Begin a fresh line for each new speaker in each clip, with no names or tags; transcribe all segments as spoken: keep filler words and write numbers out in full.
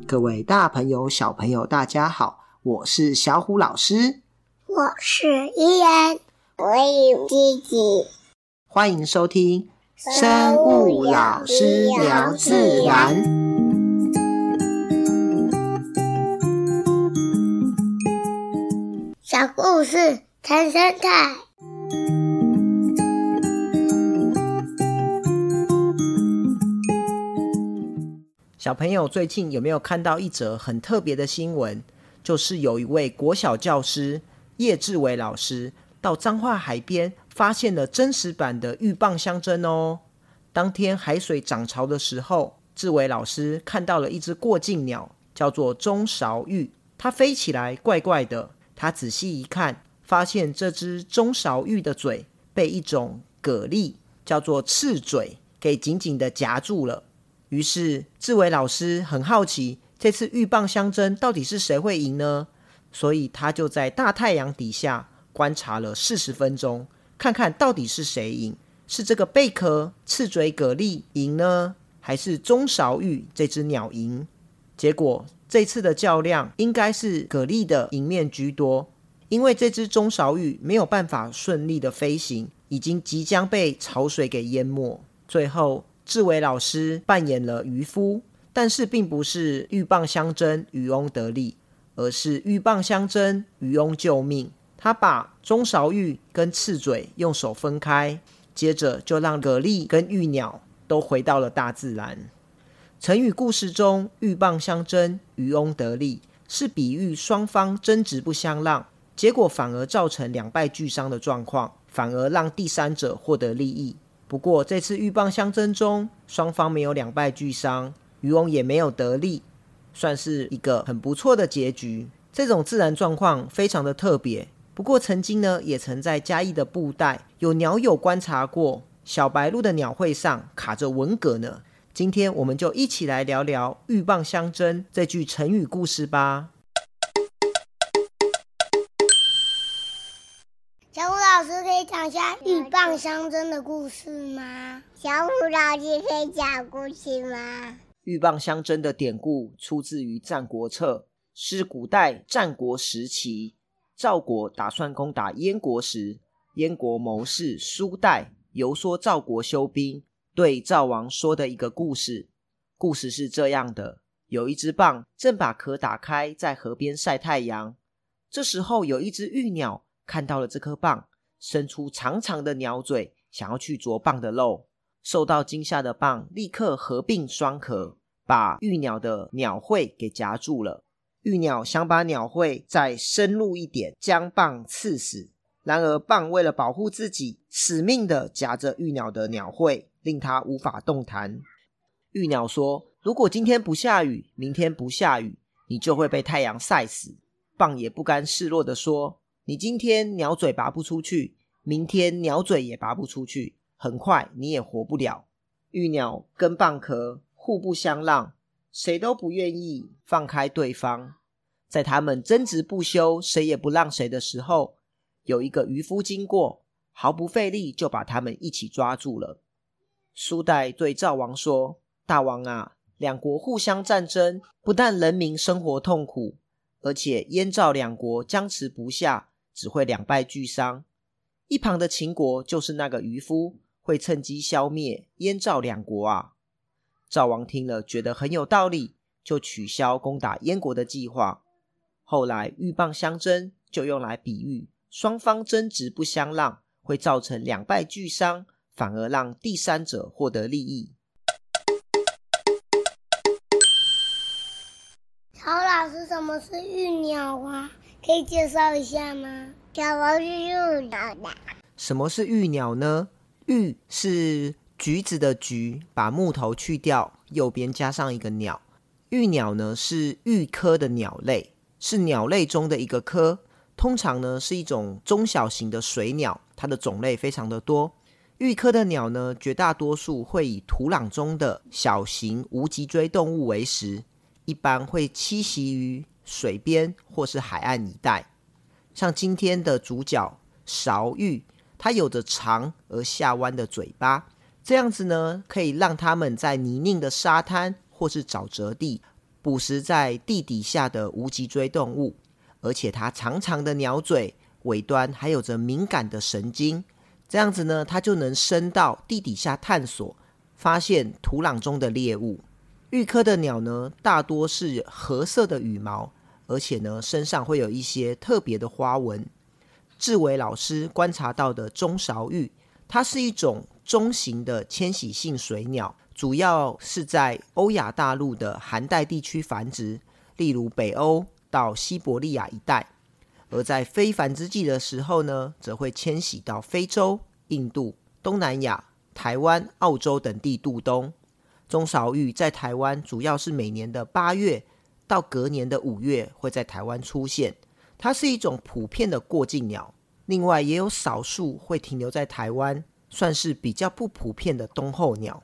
各位大朋友小朋友大家好，我是小虎老师。
我是依然，我有弟弟。
欢迎收听生物老师聊自然。
小故事谈生态。
小朋友最近有没有看到一则很特别的新闻？就是有一位国小教师叶志伟老师到彰化海边发现了真实版的鹬蚌相争哦。当天海水涨潮的时候，志伟老师看到了一只过境鸟，叫做中韶鹬。它飞起来怪怪的，他仔细一看，发现这只中韶鹬的嘴被一种蛤蜊叫做刺嘴给紧紧的夹住了。于是志伟老师很好奇，这次鹬蚌相争到底是谁会赢呢？所以他就在大太阳底下观察了四十分钟，看看到底是谁赢，是这个贝壳刺嘴蛤蜊赢呢，还是中韶鹬这只鸟赢？结果这次的较量应该是蛤蜊的赢面居多，因为这只中韶鹬没有办法顺利的飞行，已经即将被潮水给淹没。最后志伟老师扮演了渔夫，但是并不是鹬蚌相争渔翁得利，而是鹬蚌相争渔翁救命。他把中韶鹬跟刺嘴用手分开，接着就让蛤蜊跟鹬鸟都回到了大自然。成语故事中鹬蚌相争渔翁得利，是比喻双方争执不相让，结果反而造成两败俱伤的状况，反而让第三者获得利益。不过这次鹬蚌相争中，双方没有两败俱伤，渔翁也没有得利，算是一个很不错的结局。这种自然状况非常的特别。不过曾经呢，也曾在嘉义的布袋有鸟友观察过小白鹭的鸟喙上卡着文蛤呢。今天我们就一起来聊聊鹬蚌相争这句成语故事吧。
小虎老师可以讲一下鹬蚌相争的故事吗？小虎老师可以讲故事吗？
鹬蚌相争的典故出自于《战国策》，是古代战国时期赵国打算攻打燕国时，燕国谋士苏代游说赵国休兵，对赵王说的一个故事。故事是这样的，有一只蚌正把壳打开在河边晒太阳，这时候有一只玉鸟看到了这颗蚌，伸出长长的鸟嘴，想要去啄蚌的肉。受到惊吓的蚌立刻合并双壳，把玉鸟的鸟喙给夹住了。玉鸟想把鸟喙再深入一点，将蚌刺死。然而蚌为了保护自己，死命的夹着玉鸟的鸟喙，令它无法动弹。玉鸟说，如果今天不下雨，明天不下雨，你就会被太阳晒死。蚌也不甘示弱的说，你今天鸟嘴拔不出去，明天鸟嘴也拔不出去，很快你也活不了。玉鸟跟蚌壳互不相让，谁都不愿意放开对方。在他们争执不休，谁也不让谁的时候，有一个渔夫经过，毫不费力就把他们一起抓住了。苏代对赵王说，大王啊，两国互相战争，不但人民生活痛苦，而且燕赵两国僵持不下，只会两败俱伤。一旁的秦国就是那个渔夫，会趁机消灭燕赵两国啊。赵王听了觉得很有道理，就取消攻打燕国的计划。后来鹬蚌相争就用来比喻双方争执不相让，会造成两败俱伤，反而让第三者获得利益。
小虎老师，什么是鹬鸟啊？可以介绍一下吗？什么是鹬鸟的？
什么是鹬鸟呢？鹬是橘子的橘，把木头去掉，右边加上一个鸟。鹬鸟呢是鹬科的鸟类，是鸟类中的一个科，通常呢是一种中小型的水鸟，它的种类非常的多。鹬科的鸟呢，绝大多数会以土壤中的小型无脊椎动物为食，一般会栖息于水边或是海岸一带。像今天的主角韶鹬，它有着长而下弯的嘴巴，这样子呢可以让它们在泥泞的沙滩或是沼泽地捕食在地底下的无脊椎动物，而且它长长的鸟嘴尾端还有着敏感的神经，这样子呢，它就能伸到地底下探索，发现土壤中的猎物。鹬科的鸟呢，大多是褐色的羽毛，而且呢，身上会有一些特别的花纹。志伟老师观察到的中韶鹬，它是一种中型的迁徙性水鸟，主要是在欧亚大陆的寒带地区繁殖，例如北欧到西伯利亚一带。而在非繁殖季的时候呢，则会迁徙到非洲、印度、东南亚、台湾、澳洲等地度冬。中韶鹬在台湾主要是每年的八月到隔年的五月会在台湾出现，它是一种普遍的过境鸟，另外也有少数会停留在台湾，算是比较不普遍的冬候鸟。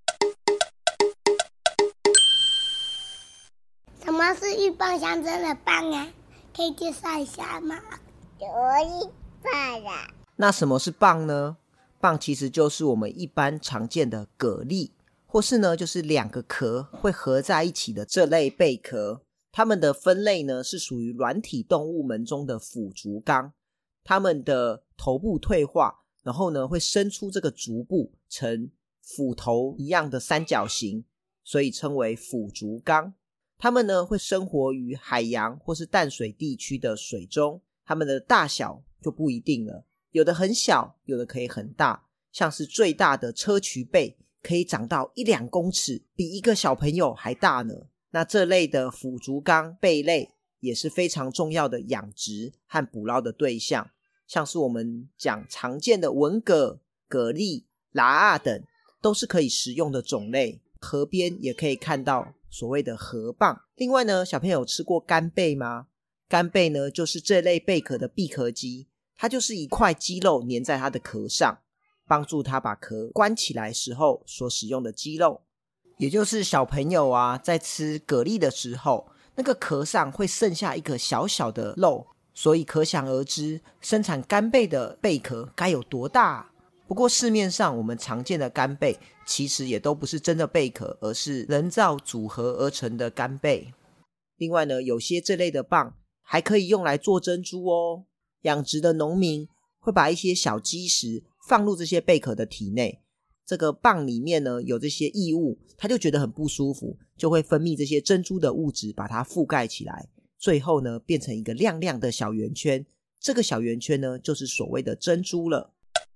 什么是鹬蚌相争的蚌啊？可以介绍一下吗？我蚌啊。
那什么是蚌呢？蚌其实就是我们一般常见的蛤蜊，或是呢就是两个壳会合在一起的这类贝壳。它们的分类呢是属于软体动物门中的腹足纲，它们的头部退化，然后呢会伸出这个足部呈斧头一样的三角形，所以称为腹足纲。它们呢会生活于海洋或是淡水地区的水中，它们的大小就不一定了，有的很小，有的可以很大，像是最大的砗磲贝可以长到一两公尺，比一个小朋友还大呢。那这类的腹足纲贝类也是非常重要的养殖和捕捞的对象，像是我们讲常见的文蛤、蛤蜊、喇螯等都是可以食用的种类。河边也可以看到所谓的河蚌。另外呢，小朋友有吃过干贝吗？干贝呢就是这类贝壳的闭壳肌，它就是一块肌肉粘在它的壳上，帮助它把壳关起来时候所使用的肌肉。也就是小朋友啊在吃蛤蜊的时候，那个壳上会剩下一个小小的肉，所以可想而知生产干贝的贝壳该有多大啊。不过市面上我们常见的干贝其实也都不是真的贝壳，而是人造组合而成的干贝。另外呢，有些这类的蚌还可以用来做珍珠哦。养殖的农民会把一些小基石放入这些贝壳的体内，这个蚌里面呢有这些异物，它就觉得很不舒服，就会分泌这些珍珠的物质把它覆盖起来，最后呢变成一个亮亮的小圆圈，这个小圆圈呢就是所谓的珍珠了。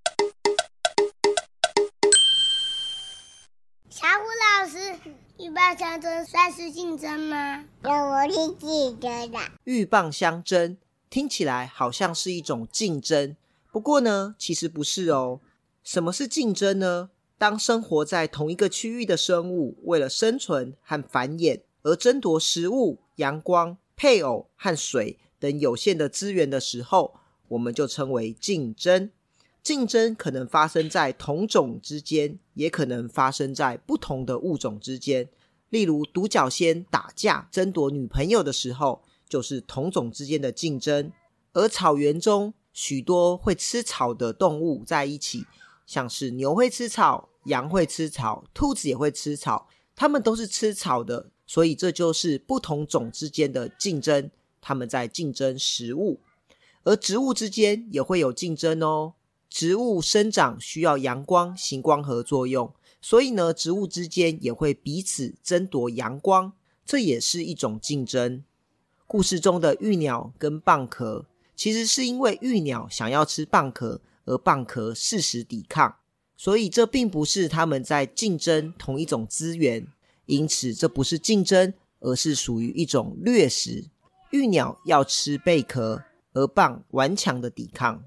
小虎老师，鹬蚌相争算是竞争吗？有我是竞争的。
鹬蚌相争听起来好像是一种竞争，不过呢其实不是哦。什么是竞争呢？当生活在同一个区域的生物为了生存和繁衍而争夺食物、阳光、配偶和水等有限的资源的时候，我们就称为竞争。竞争可能发生在同种之间，也可能发生在不同的物种之间。例如独角仙打架争夺女朋友的时候，就是同种之间的竞争。而草原中许多会吃草的动物在一起，像是牛会吃草，羊会吃草，兔子也会吃草，它们都是吃草的，所以这就是不同种之间的竞争，它们在竞争食物。而植物之间也会有竞争哦，植物生长需要阳光、行光合作用，所以呢，植物之间也会彼此争夺阳光，这也是一种竞争。故事中的鹬鸟跟蚌壳，其实是因为鹬鸟想要吃蚌壳，而蚌壳誓死抵抗，所以这并不是他们在竞争同一种资源，因此这不是竞争，而是属于一种掠食。鹬鸟要吃贝壳，而蚌顽强的抵抗。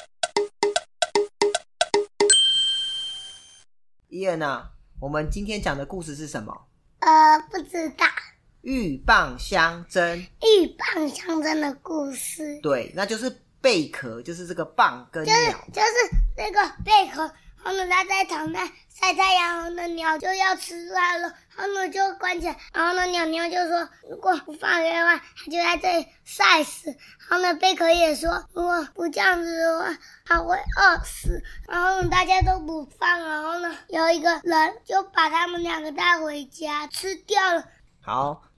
伊恩啊，我们今天讲的故事是什么？
呃，不知道。
鹬蚌相争。
鹬蚌相争的故事。
对，那就是贝壳，就是这个蚌跟鸟。
就是就是那个贝壳，然后呢，它在躺在晒太阳，然后呢，鸟就要吃它了，然后呢就关起来，然后呢，鸟鸟就说，如果不放开的话，它就在这里晒死。然后呢，贝壳也说，如果不这样子的话，它会饿死。然后呢，大家都不放，然后呢，有一个人就把他们两个带回家吃掉了。
好，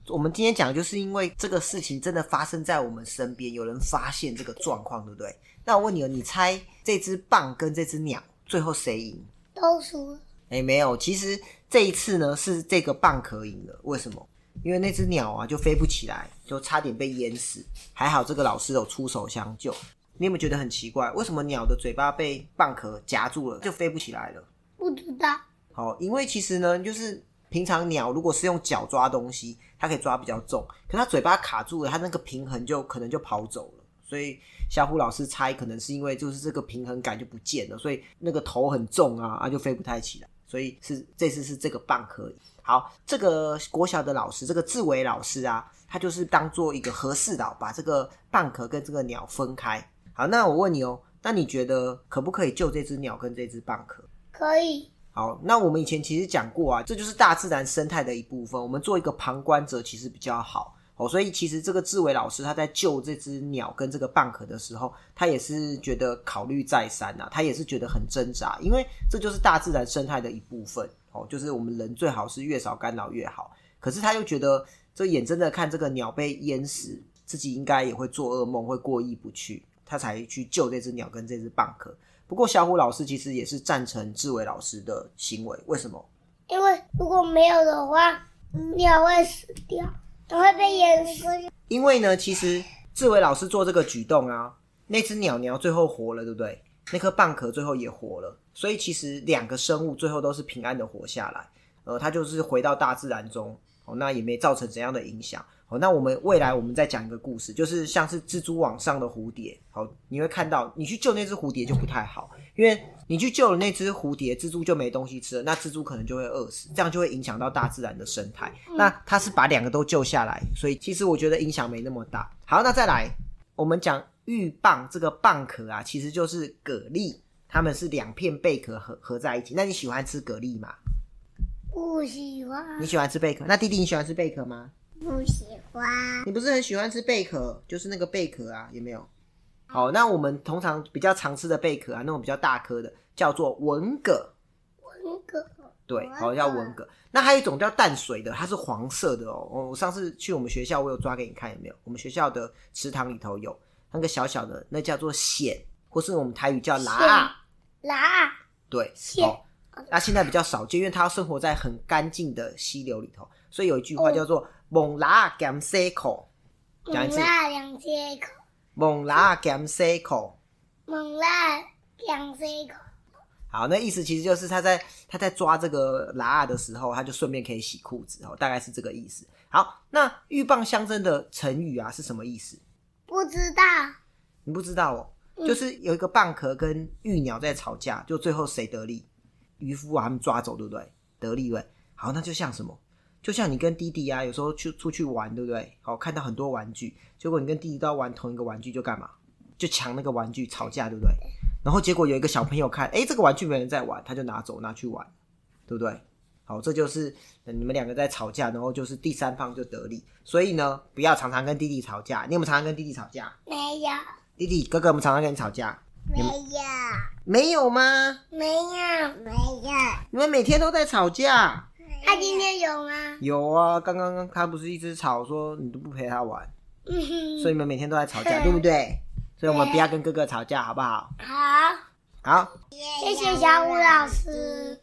我们今天讲的就是因为这个事情真的发生在我们身边，有人发现这个状况，对不对？那我问你哦，你猜这只蚌跟这只鸟最后谁赢？
都输了。
哎，没有，其实这一次呢是这个蚌壳赢了。为什么？因为那只鸟啊就飞不起来，就差点被淹死，还好这个老师有出手相救。你有没有觉得很奇怪？为什么鸟的嘴巴被蚌壳夹住了就飞不起来了？
不知道。
好，因为其实呢就是平常鸟如果是用脚抓东西，它可以抓比较重，可它嘴巴卡住了，它那个平衡就可能就跑走了。所以小虎老师猜可能是因为就是这个平衡感就不见了，所以那个头很重啊，啊就飞不太起来。所以是这次是这个蚌壳。好，这个国小的老师，这个志伟老师啊，他就是当做一个和事佬，把这个蚌壳跟这个鸟分开。好，那我问你哦，那你觉得可不可以救这只鸟跟这只蚌壳？
可以。
好，那我们以前其实讲过啊，这就是大自然生态的一部分，我们做一个旁观者其实比较好。哦，所以其实这个志伟老师他在救这只鸟跟这个蚌壳的时候，他也是觉得考虑再三啊，他也是觉得很挣扎，因为这就是大自然生态的一部分。哦，就是我们人最好是越少干扰越好。可是他又觉得这眼睁睁看这个鸟被淹死，自己应该也会做噩梦，会过意不去，他才去救这只鸟跟这只蚌壳。不过小虎老师其实也是赞成志伟老师的行为，为什么？
因为如果没有的话，鸟会死掉，它会被淹死。
因为呢，其实志伟老师做这个举动啊，那只鸟鸟最后活了，对不对？那颗蚌壳最后也活了，所以其实两个生物最后都是平安的活下来，呃，它就是回到大自然中，哦，那也没造成怎样的影响。好，那我们未来我们再讲一个故事，就是像是蜘蛛网上的蝴蝶。好，你会看到你去救那只蝴蝶就不太好，因为你去救了那只蝴蝶，蜘蛛就没东西吃了，那蜘蛛可能就会饿死，这样就会影响到大自然的生态。那它是把两个都救下来，所以其实我觉得影响没那么大。好，那再来我们讲玉蚌，这个蚌壳啊其实就是蛤蜊，它们是两片贝壳合合在一起。那你喜欢吃蛤蜊吗？
不喜欢。
你喜欢吃贝壳？那弟弟你喜欢吃贝壳吗？
不喜欢。
你不是很喜欢吃贝壳，就是那个贝壳啊，有没有？好，那我们通常比较常吃的贝壳啊，那种比较大颗的叫做文蛤。
文蛤。
对，好，叫文蛤。那还有一种叫淡水的，它是黄色的哦。我上次去我们学校，我有抓给你看，有没有？我们学校的池塘里头有那个小小的，那叫做蚬，或是我们台语叫喇。
喇。
对，蚬。那现在比较少见，因为它要生活在很干净的溪流里头，所以有一句话叫做蒙拉咸西口，讲一次。
蒙拉咸西口。
蒙拉咸西口。
蒙拉咸西口。
好，那意思其实就是他在他在抓这个喇的时候，他就顺便可以洗裤子，大概是这个意思。好，那鹬蚌相争的成语啊是什么意思？
不知道。
你不知道哦？嗯、就是有一个蚌壳跟鹬鸟在吵架，就最后谁得利？渔夫把他们抓走，对不对？得利对。好，那就像什么？就像你跟弟弟啊，有时候去出去玩，对不对？好，看到很多玩具，结果你跟弟弟都要玩同一个玩具，就干嘛？就抢那个玩具，吵架，对不对？然后结果有一个小朋友看，诶，这个玩具没人在玩，他就拿走拿去玩，对不对？好，这就是你们两个在吵架，然后就是第三方就得利。所以呢，不要常常跟弟弟吵架。你有没有常常跟弟弟吵架？
没有。
弟弟哥哥有没有常常跟你吵架？
没有。
没有吗？
没有，没有。
你们每天都在吵架？
他今天有吗？
有啊，刚刚他不是一直吵说你都不陪他玩，
嗯哼，
所以你们每天都在吵架，对不对？所以我们不要跟哥哥吵架，好不好？
好。
好，
谢谢小虎老师。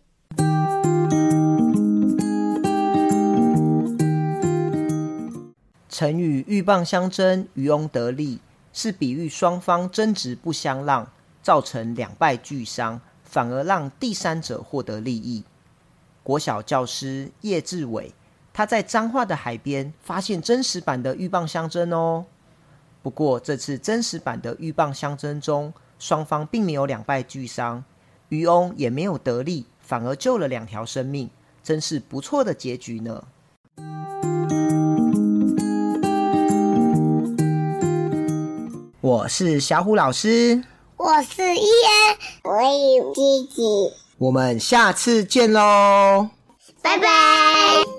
成语鹬蚌相争，渔翁得利，是比喻双方争执不相让，造成两败俱伤，反而让第三者获得利益。国小教师叶志伟，他在彰化的海边发现真实版的鹬蚌相争哦。不过这次真实版的鹬蚌相争中，双方并没有两败俱伤，渔翁也没有得利，反而救了两条生命，真是不错的结局呢。我是小虎老师，
我是伊恩，我有弟弟，
我们下次见喽，
拜拜。